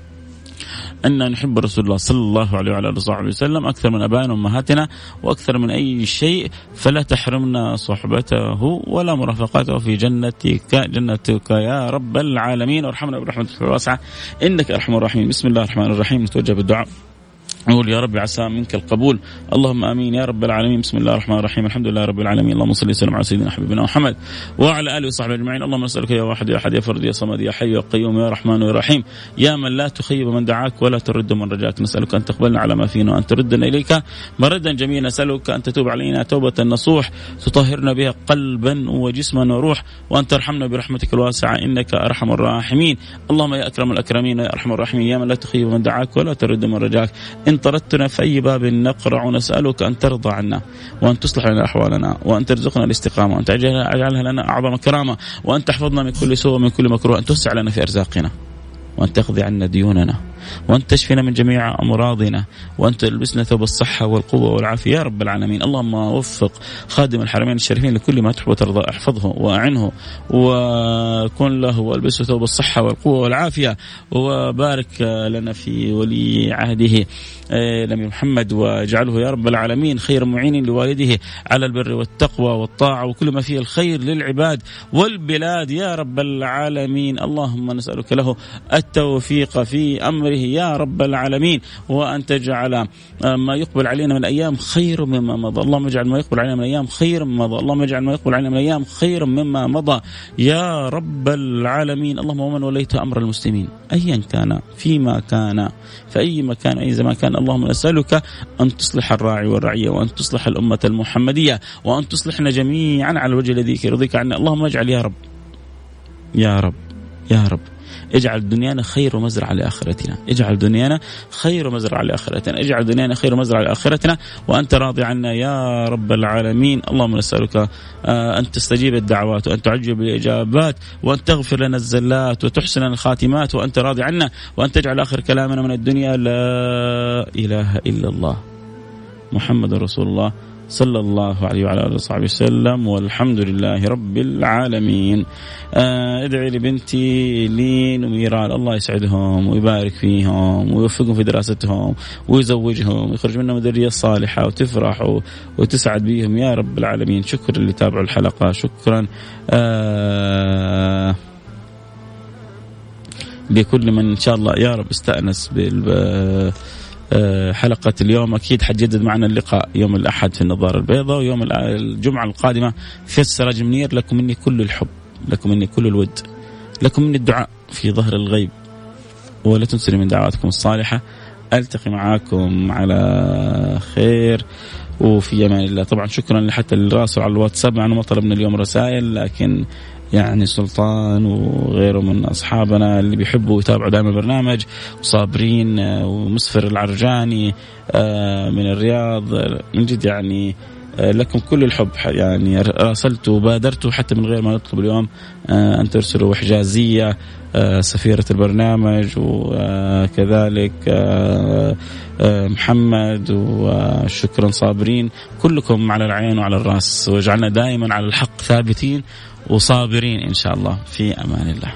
أن نحب رسول الله صلى الله عليه وعلى آله وسلم أكثر من أبائنا وأمهاتنا وأكثر من أي شيء، فلا تحرمنا صحبته ولا مرافقته في جنتك جنتك يا رب العالمين، وارحمنا برحمتك الواسعة إنك أرحم الراحمين. بسم الله الرحمن الرحيم. نتوجه بالدعاء نقول يا رب عسى منك القبول، اللهم آمين يا رب العالمين. بسم الله الرحمن الرحيم. الحمد لله رب العالمين، اللهم صل وسلم على سيدنا حبيبنا محمد وعلى آله وصحبه أجمعين. اللهم نسألك يا واحد يا أحد يا فرد يا صمد يا حي يا قيوم يا رحمن يا رحيم يا من لا تخيب من دعاك ولا ترد من رجاك. نسألك أن تقبلنا على ما فينا وأن تردنا إليك مردا جميلا. نسألك أن تتوب علينا توبة نصوح تطهرنا بها قلبا وجسما وروح، وأن ترحمنا برحمتك الواسعة إنك أرحم الراحمين. اللهم يا أكرم الأكرمين يا أرحم الراحمين يا من لا تخيب من دعاك ولا ترد من رجاك، إن طردتنا في أي باب نقرع نسألك أن ترضى عنا وأن تصلح لنا أحوالنا وأن ترزقنا الاستقامة وأن تجعلها لنا أعظم كرامة وأن تحفظنا من كل سوء ومن كل مكروه، أن توسع لنا في أرزاقنا وأن تقضي عنا ديوننا وأن تشفينا من جميع أمراضنا وأن تلبسنا ثوب الصحة والقوة والعافية يا رب العالمين. اللهم وفق خادم الحرمين الشريفين لكل ما تحب وترضى، احفظه وأعنه وكن له والبسه ثوب الصحة والقوة والعافية، وبارك لنا في ولي عهده نبي محمد واجعله يا رب العالمين خير معين لوالده على البر والتقوى والطاعة وكل ما فيه الخير للعباد والبلاد يا رب العالمين. اللهم نسألك له التوفيق في أمره يا رب العالمين، وأن تجعل ما يقبل علينا من الأيام خير مما مضى. اللهم اجعل ما يقبل علينا من الأيام خير مما مضى. اللهم اجعل ما يقبل علينا من الأيام خير مما مضى يا رب العالمين. اللهم ومن وليت أمر المسلمين أيا كان فيما كان في أي مكان أي زمان كان، اللهم نسألك أن تصلح الراعي والرعية وأن تصلح الأمة المحمدية وأن تصلحنا جميعا على الوجه الذي يرضيك عنا. اللهم اجعل يا رب يا رب يا رب اجعل دنيانا خير مزرعة لآخرتنا، اجعل دنيانا خير مزرعة لآخرتنا، اجعل دنيانا خير مزرعة لآخرتنا وأنت راضي عنا يا رب العالمين. اللهم نسألك أن تستجيب الدعوات وأن تعجب الإجابات وأن تغفر لنا الزلات وتحسن لنا الخاتمات وأنت راضي عنا، وأن تجعل آخر كلامنا من الدنيا لا إله إلا الله محمد رسول الله صلى الله عليه وعلى آله وصحبه وسلم، والحمد لله رب العالمين. آه ادعي لبنتي لين وميرال، الله يسعدهم ويبارك فيهم ويوفقهم في دراستهم ويزوجهم ويخرج منهم ذرية صالحة وتفرح وتسعد بهم يا رب العالمين. شكرا اللي تابعوا الحلقة، شكرا آه لكل من إن شاء الله يا رب استأنس بال حلقة اليوم. أكيد حتجدد معنا اللقاء يوم الأحد في النظارة البيضاء ويوم الجمعة القادمة في السراج المنير. لكم مني كل الحب، لكم مني كل الود، لكم مني الدعاء في ظهر الغيب، ولا تنسوا من دعواتكم الصالحة. ألتقي معاكم على خير وفي أمان الله. طبعا شكرا حتى للراسل على الواتساب، مع أنه ما طلبنا اليوم رسائل، لكن يعني سلطان وغيره من أصحابنا اللي بيحبوا يتابعوا دائما البرنامج، وصابرين ومسفر العرجاني من الرياض، من جد يعني لكم كل الحب، يعني راسلت وبادرت حتى من غير ما نطلب اليوم أن ترسلوا حجازية سفيرة البرنامج، وكذلك محمد، وشكرا صابرين، كلكم على العين وعلى الرأس، وجعلنا دائما على الحق ثابتين وصابرين إن شاء الله. في أمان الله.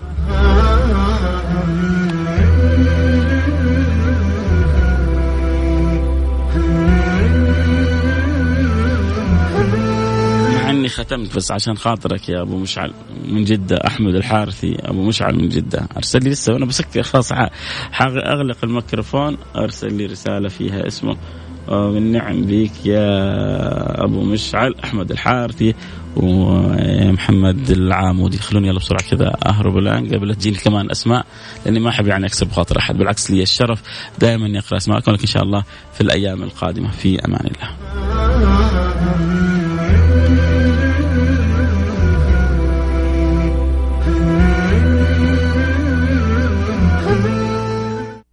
اني ختمت بس عشان خاطرك يا ابو مشعل من جده، احمد الحارثي ابو مشعل من جده ارسل لي لسه وانا بسكر خلاص اغلق الميكروفون، ارسل لي رساله فيها اسمه والنعم بيك يا ابو مشعل احمد الحارثي ومحمد العامودي. خلوني يلا بسرعه كذا اهرب الان قبل تجيني كمان اسماء، لاني ما احب يعني اكسب خاطر احد، بالعكس لي الشرف دائما اني اقرا اسماءكم، لكن ان شاء الله في الايام القادمه. في امان الله.